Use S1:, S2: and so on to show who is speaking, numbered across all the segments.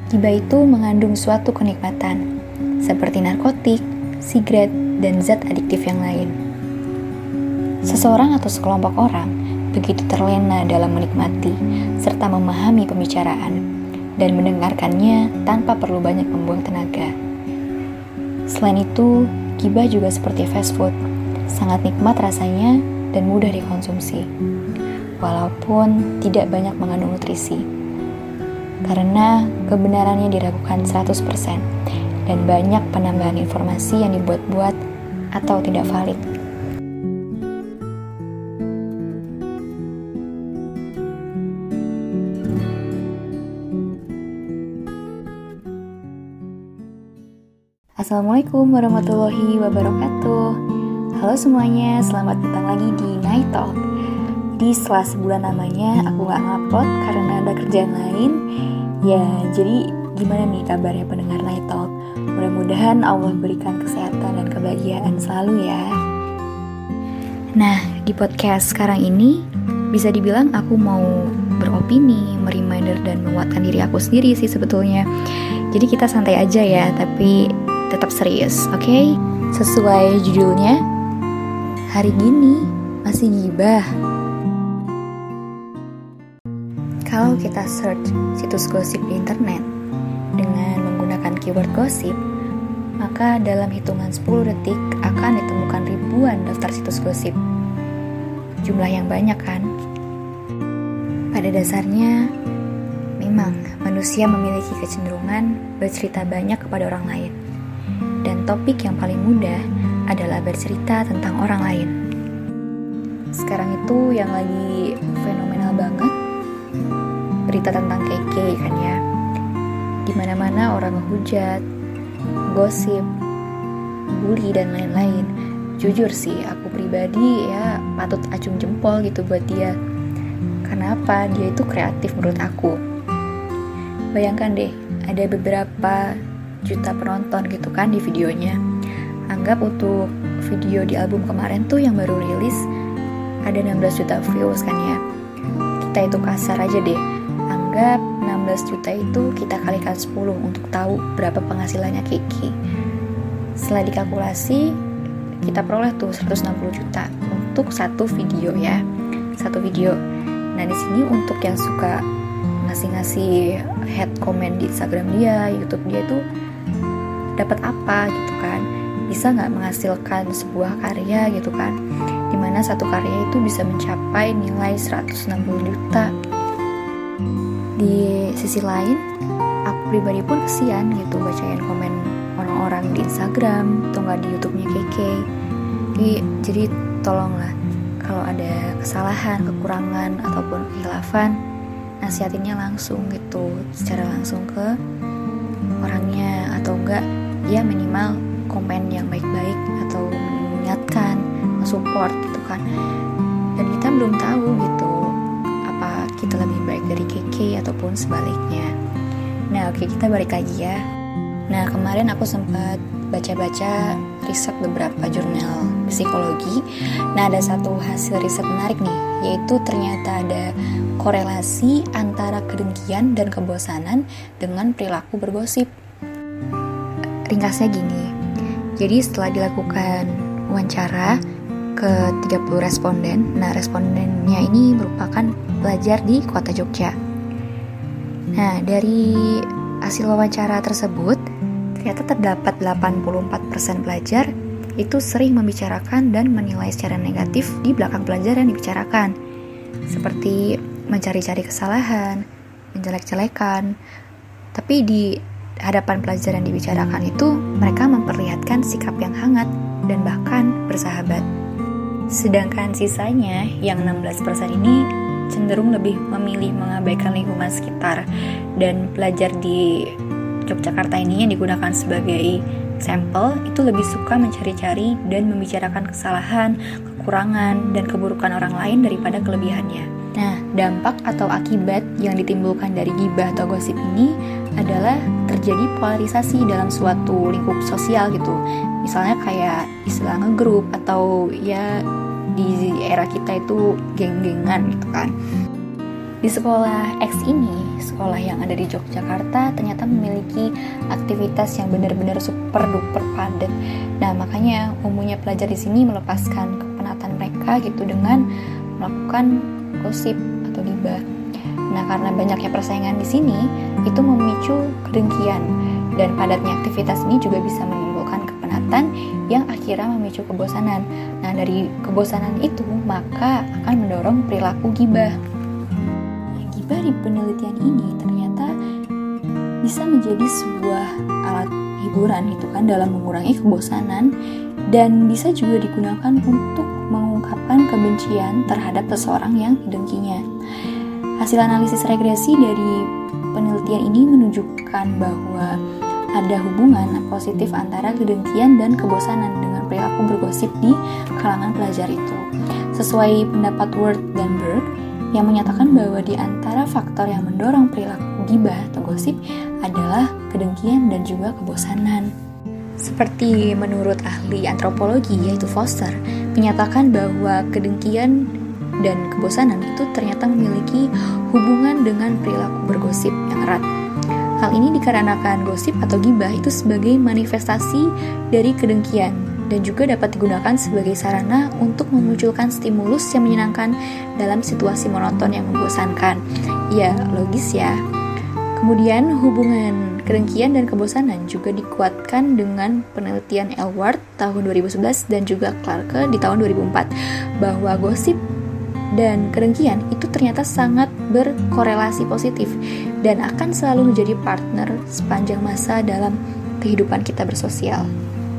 S1: Gibah itu mengandung suatu kenikmatan, seperti narkotik, sigaret, dan zat adiktif yang lain. Seseorang atau sekelompok orang begitu terlena dalam menikmati serta memahami pembicaraan dan mendengarkannya tanpa perlu banyak membuang tenaga. Selain itu, gibah juga seperti fast food, sangat nikmat rasanya dan mudah dikonsumsi, walaupun tidak banyak mengandung nutrisi. Karena kebenarannya diragukan 100% dan banyak penambahan informasi yang dibuat-buat atau tidak valid. Assalamualaikum warahmatullahi wabarakatuh. Halo semuanya, selamat datang lagi di Night Talk. Jadi setelah sebulan namanya aku gak ngupload karena ada kerjaan lain. Ya, jadi gimana nih kabarnya pendengar Night Talk? Mudah-mudahan Allah berikan kesehatan dan kebahagiaan selalu ya. Nah, di podcast sekarang ini bisa dibilang aku mau beropini, mereminder dan menguatkan diri aku sendiri sih sebetulnya. Jadi kita santai aja ya, tapi tetap serius, oke? Sesuai judulnya, hari gini masih gibah. Kalau kita search situs gosip di internet dengan menggunakan keyword gosip, maka dalam hitungan 10 detik akan ditemukan ribuan daftar situs gosip. Jumlah yang banyak kan? Pada dasarnya, memang manusia memiliki kecenderungan bercerita banyak kepada orang lain. Dan topik yang paling mudah adalah bercerita tentang orang lain. Sekarang itu yang lagi fenomenal banget berita tentang keke kan ya. Dimana-mana orang ngehujat, gosip, bully dan lain-lain. Jujur sih, aku pribadi ya patut acung jempol gitu buat dia. Kenapa? Dia itu kreatif menurut aku. Bayangkan deh, ada beberapa juta penonton gitu kan di videonya. Anggap untuk video di album kemarin tuh yang baru rilis ada 16 juta views kan ya. Kita itu kasar aja deh, anggap 16 juta itu kita kalikan 10 untuk tahu berapa penghasilannya Kiki. Setelah dikalkulasi, kita peroleh tuh 160 juta untuk satu video ya. Satu video. Nah di sini untuk yang suka ngasih head comment di Instagram dia, YouTube dia tuh dapat apa gitu kan, bisa nggak menghasilkan sebuah karya gitu kan, dimana satu karya itu bisa mencapai nilai 160 juta. Di sisi lain, aku pribadi pun kesian gitu bacain komen orang-orang di Instagram atau nggak di YouTube-nya Keke. Jadi tolonglah kalau ada kesalahan, kekurangan ataupun kehilafan, nasihatinnya langsung gitu, secara langsung ke orangnya, atau enggak ya minimal komen yang baik-baik atau mengingatkan, support gitu kan. Dan kita belum tahu gitu apa kita lebih baik dari Keke ataupun sebaliknya. Nah oke, kita balik lagi ya. Nah kemarin aku sempat baca-baca riset beberapa jurnal psikologi. Nah ada satu hasil riset menarik nih, yaitu ternyata ada korelasi antara kedengkian dan kebosanan dengan perilaku bergosip. Ringkasnya gini, jadi setelah dilakukan wawancara ke 30 responden, nah respondennya ini merupakan pelajar di kota Jogja. Nah dari hasil wawancara tersebut, ternyata terdapat 84% pelajar itu sering membicarakan dan menilai secara negatif di belakang pelajaran yang dibicarakan, seperti mencari-cari kesalahan, menjelek-jelekan. Tapi di hadapan pelajaran dibicarakan itu mereka memperlihatkan sikap yang hangat dan bahkan bersahabat. Sedangkan sisanya yang 16% ini cenderung lebih memilih mengabaikan lingkungan sekitar. Dan pelajar di Yogyakarta ini yang digunakan sebagai sampel itu lebih suka mencari-cari dan membicarakan kesalahan, kekurangan, dan keburukan orang lain daripada kelebihannya. Nah, dampak atau akibat yang ditimbulkan dari gibah atau gosip ini adalah terjadi polarisasi dalam suatu lingkup sosial gitu. Misalnya kayak istilah ngegrup atau ya di era kita itu geng-gengan gitu kan. Di sekolah X ini, sekolah yang ada di Yogyakarta, ternyata memiliki aktivitas yang benar-benar super duper padat. Nah, makanya umumnya pelajar di sini melepaskan kepenatan mereka gitu dengan melakukan gosip atau gibah. Nah, karena banyaknya persaingan di sini, itu memicu kedengkian, dan padatnya aktivitas ini juga bisa menimbulkan kepenatan yang akhirnya memicu kebosanan. Nah, dari kebosanan itu maka akan mendorong perilaku gibah. Gibah di penelitian ini ternyata bisa menjadi sebuah alat hiburan gitu kan dalam mengurangi kebosanan, dan bisa juga digunakan untuk mengungkapkan kebencian terhadap seseorang yang didengkinya. Hasil analisis regresi dari penelitian ini menunjukkan bahwa ada hubungan positif antara kedengkian dan kebosanan dengan perilaku bergosip di kalangan pelajar itu. Sesuai pendapat Ward dan Berg yang menyatakan bahwa di antara faktor yang mendorong perilaku gibah atau gosip adalah kedengkian dan juga kebosanan. Seperti menurut ahli antropologi yaitu Foster, menyatakan bahwa kedengkian dan kebosanan itu ternyata memiliki hubungan dengan perilaku bergosip yang erat. Hal ini dikarenakan gosip atau gibah itu sebagai manifestasi dari kedengkian dan juga dapat digunakan sebagai sarana untuk memunculkan stimulus yang menyenangkan dalam situasi monoton yang membosankan. Ya, logis ya. Kemudian hubungan kedengkian dan kebosanan juga dikuatkan dengan penelitian Elward tahun 2011 dan juga Clarke di tahun 2004 bahwa gosip dan kedengkian itu ternyata sangat berkorelasi positif dan akan selalu menjadi partner sepanjang masa dalam kehidupan kita bersosial.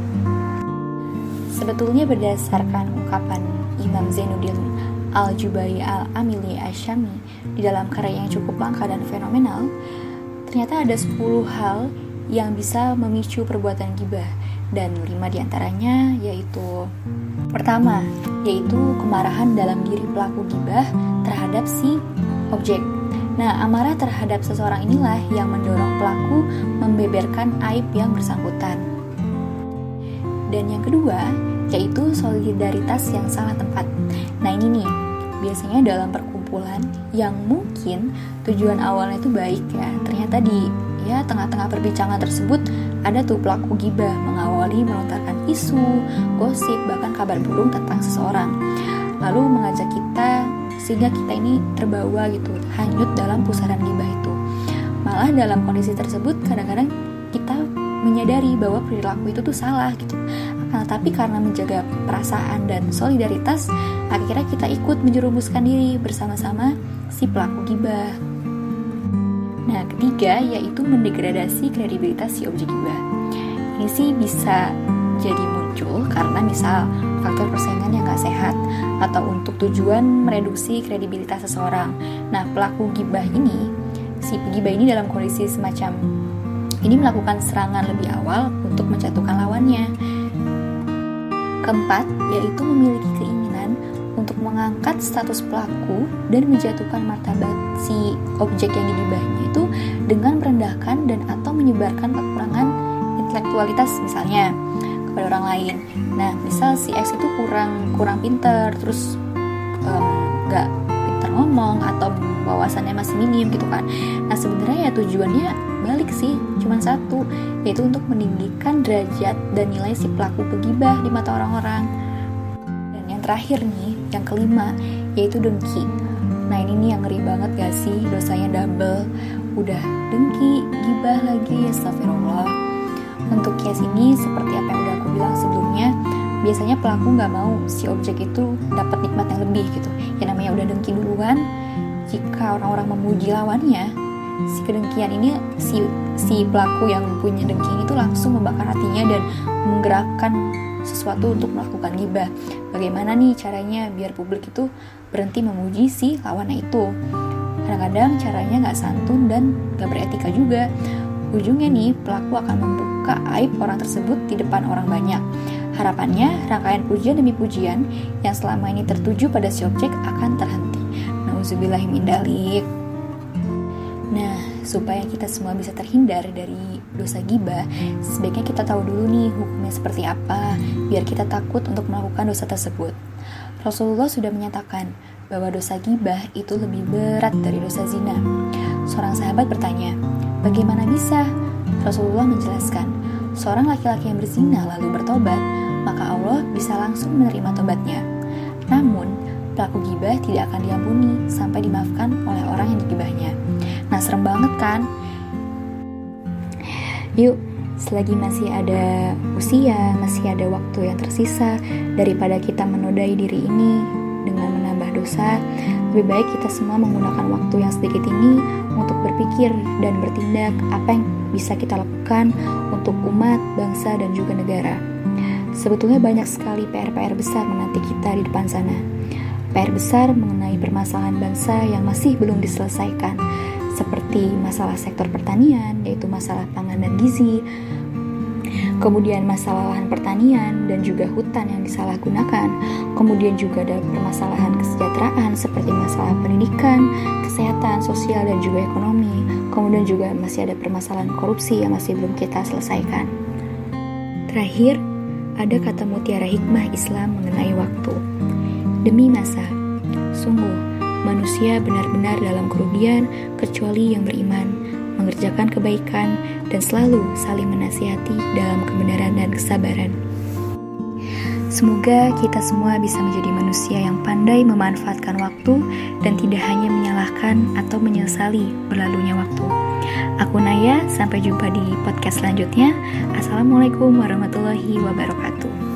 S1: Sebetulnya berdasarkan ungkapan Imam Zainuddin Al-Jubai Al-Amili Asyami di dalam karya yang cukup langka dan fenomenal, ternyata ada 10 hal yang bisa memicu perbuatan gibah, dan 5 diantaranya yaitu: pertama, yaitu kemarahan dalam diri pelaku gibah terhadap si objek. Nah, amarah terhadap seseorang inilah yang mendorong pelaku membeberkan aib yang bersangkutan. Dan yang kedua, yaitu solidaritas yang salah tempat. Nah, ini nih, biasanya dalam perkumpulan yang mungkin tujuan awalnya itu baik ya, ternyata di tengah-tengah perbincangan tersebut ada tuh pelaku gibah mengawali melontarkan isu, gosip, bahkan kabar burung tentang seseorang, lalu mengajak kita sehingga kita ini terbawa gitu, hanyut dalam pusaran gibah itu. Malah dalam kondisi tersebut kadang-kadang kita menyadari bahwa perilaku itu tuh salah gitu. Tapi karena menjaga perasaan dan solidaritas, akhirnya kita ikut menjerumuskan diri bersama-sama si pelaku gibah. Nah, ketiga yaitu mendegradasi kredibilitas si objek gibah. Ini sih bisa jadi muncul karena misal faktor persaingan yang gak sehat atau untuk tujuan mereduksi kredibilitas seseorang. Nah, pelaku gibah ini, si pegibah ini dalam kondisi semacam ini melakukan serangan lebih awal untuk menjatuhkan lawannya. Keempat, yaitu memiliki keinginan untuk mengangkat status pelaku dan menjatuhkan martabat si objek yang digibahnya itu dengan merendahkan dan atau menyebarkan kekurangan intelektualitas misalnya kepada orang lain. Nah, misal si X itu kurang pinter, terus gak pinter ngomong atau wawasannya masih minim gitu kan. Nah, sebenarnya ya tujuannya balik sih, cuma satu, yaitu untuk meninggikan derajat dan nilai si pelaku pegibah di mata orang-orang. Dan yang terakhir nih, yang kelima, yaitu dengki. Nah, ini nih yang ngeri banget gak sih, dosanya double. Udah dengki, gibah lagi, astagfirullah. Untuk case ini, seperti apa yang udah aku bilang sebelumnya, biasanya pelaku gak mau si objek itu dapat nikmat yang lebih gitu. Yang namanya udah dengki duluan, jika orang-orang memuji lawannya, si kedengkian ini, si pelaku yang punya dengki ini tuh langsung membakar hatinya dan menggerakkan sesuatu untuk melakukan gibah. Bagaimana nih caranya biar publik itu berhenti memuji si lawannya itu? Kadang-kadang caranya gak santun dan gak beretika juga. Ujungnya nih, pelaku akan membuka aib orang tersebut di depan orang banyak. Harapannya, rangkaian pujian demi pujian yang selama ini tertuju pada si objek akan terhenti. Nauzubillahi min dzalik. Nah, supaya kita semua bisa terhindar dari dosa gibah, sebaiknya kita tahu dulu nih hukumnya seperti apa, biar kita takut untuk melakukan dosa tersebut. Rasulullah sudah menyatakan bahwa dosa gibah itu lebih berat dari dosa zina. Seorang sahabat bertanya, bagaimana bisa? Rasulullah menjelaskan, seorang laki-laki yang berzina lalu bertobat, maka Allah bisa langsung menerima tobatnya. Namun, pelaku gibah tidak akan diampuni sampai dimaafkan oleh orang yang digibahnya. Nah, serem banget kan? Yuk, selagi masih ada usia, masih ada waktu yang tersisa, daripada kita menodai diri ini dengan menambah dosa, lebih baik kita semua menggunakan waktu yang sedikit ini untuk berpikir dan bertindak apa yang bisa kita lakukan untuk umat, bangsa, dan juga negara. Sebetulnya banyak sekali PR-PR besar menanti kita di depan sana. PR besar mengenai permasalahan bangsa yang masih belum diselesaikan, seperti masalah sektor pertanian, yaitu masalah pangan dan gizi, kemudian masalah lahan pertanian dan juga hutan yang disalahgunakan, kemudian juga ada permasalahan kesejahteraan seperti masalah pendidikan, kesehatan, sosial, dan juga ekonomi, kemudian juga masih ada permasalahan korupsi yang masih belum kita selesaikan. Terakhir, ada kata mutiara hikmah Islam mengenai waktu. Demi masa, sungguh, manusia benar-benar dalam kerugian kecuali yang beriman, mengerjakan kebaikan, dan selalu saling menasihati dalam kebenaran dan kesabaran. Semoga kita semua bisa menjadi manusia yang pandai memanfaatkan waktu dan tidak hanya menyalahkan atau menyesali berlalunya waktu. Aku Naya, sampai jumpa di podcast selanjutnya. Assalamualaikum warahmatullahi wabarakatuh.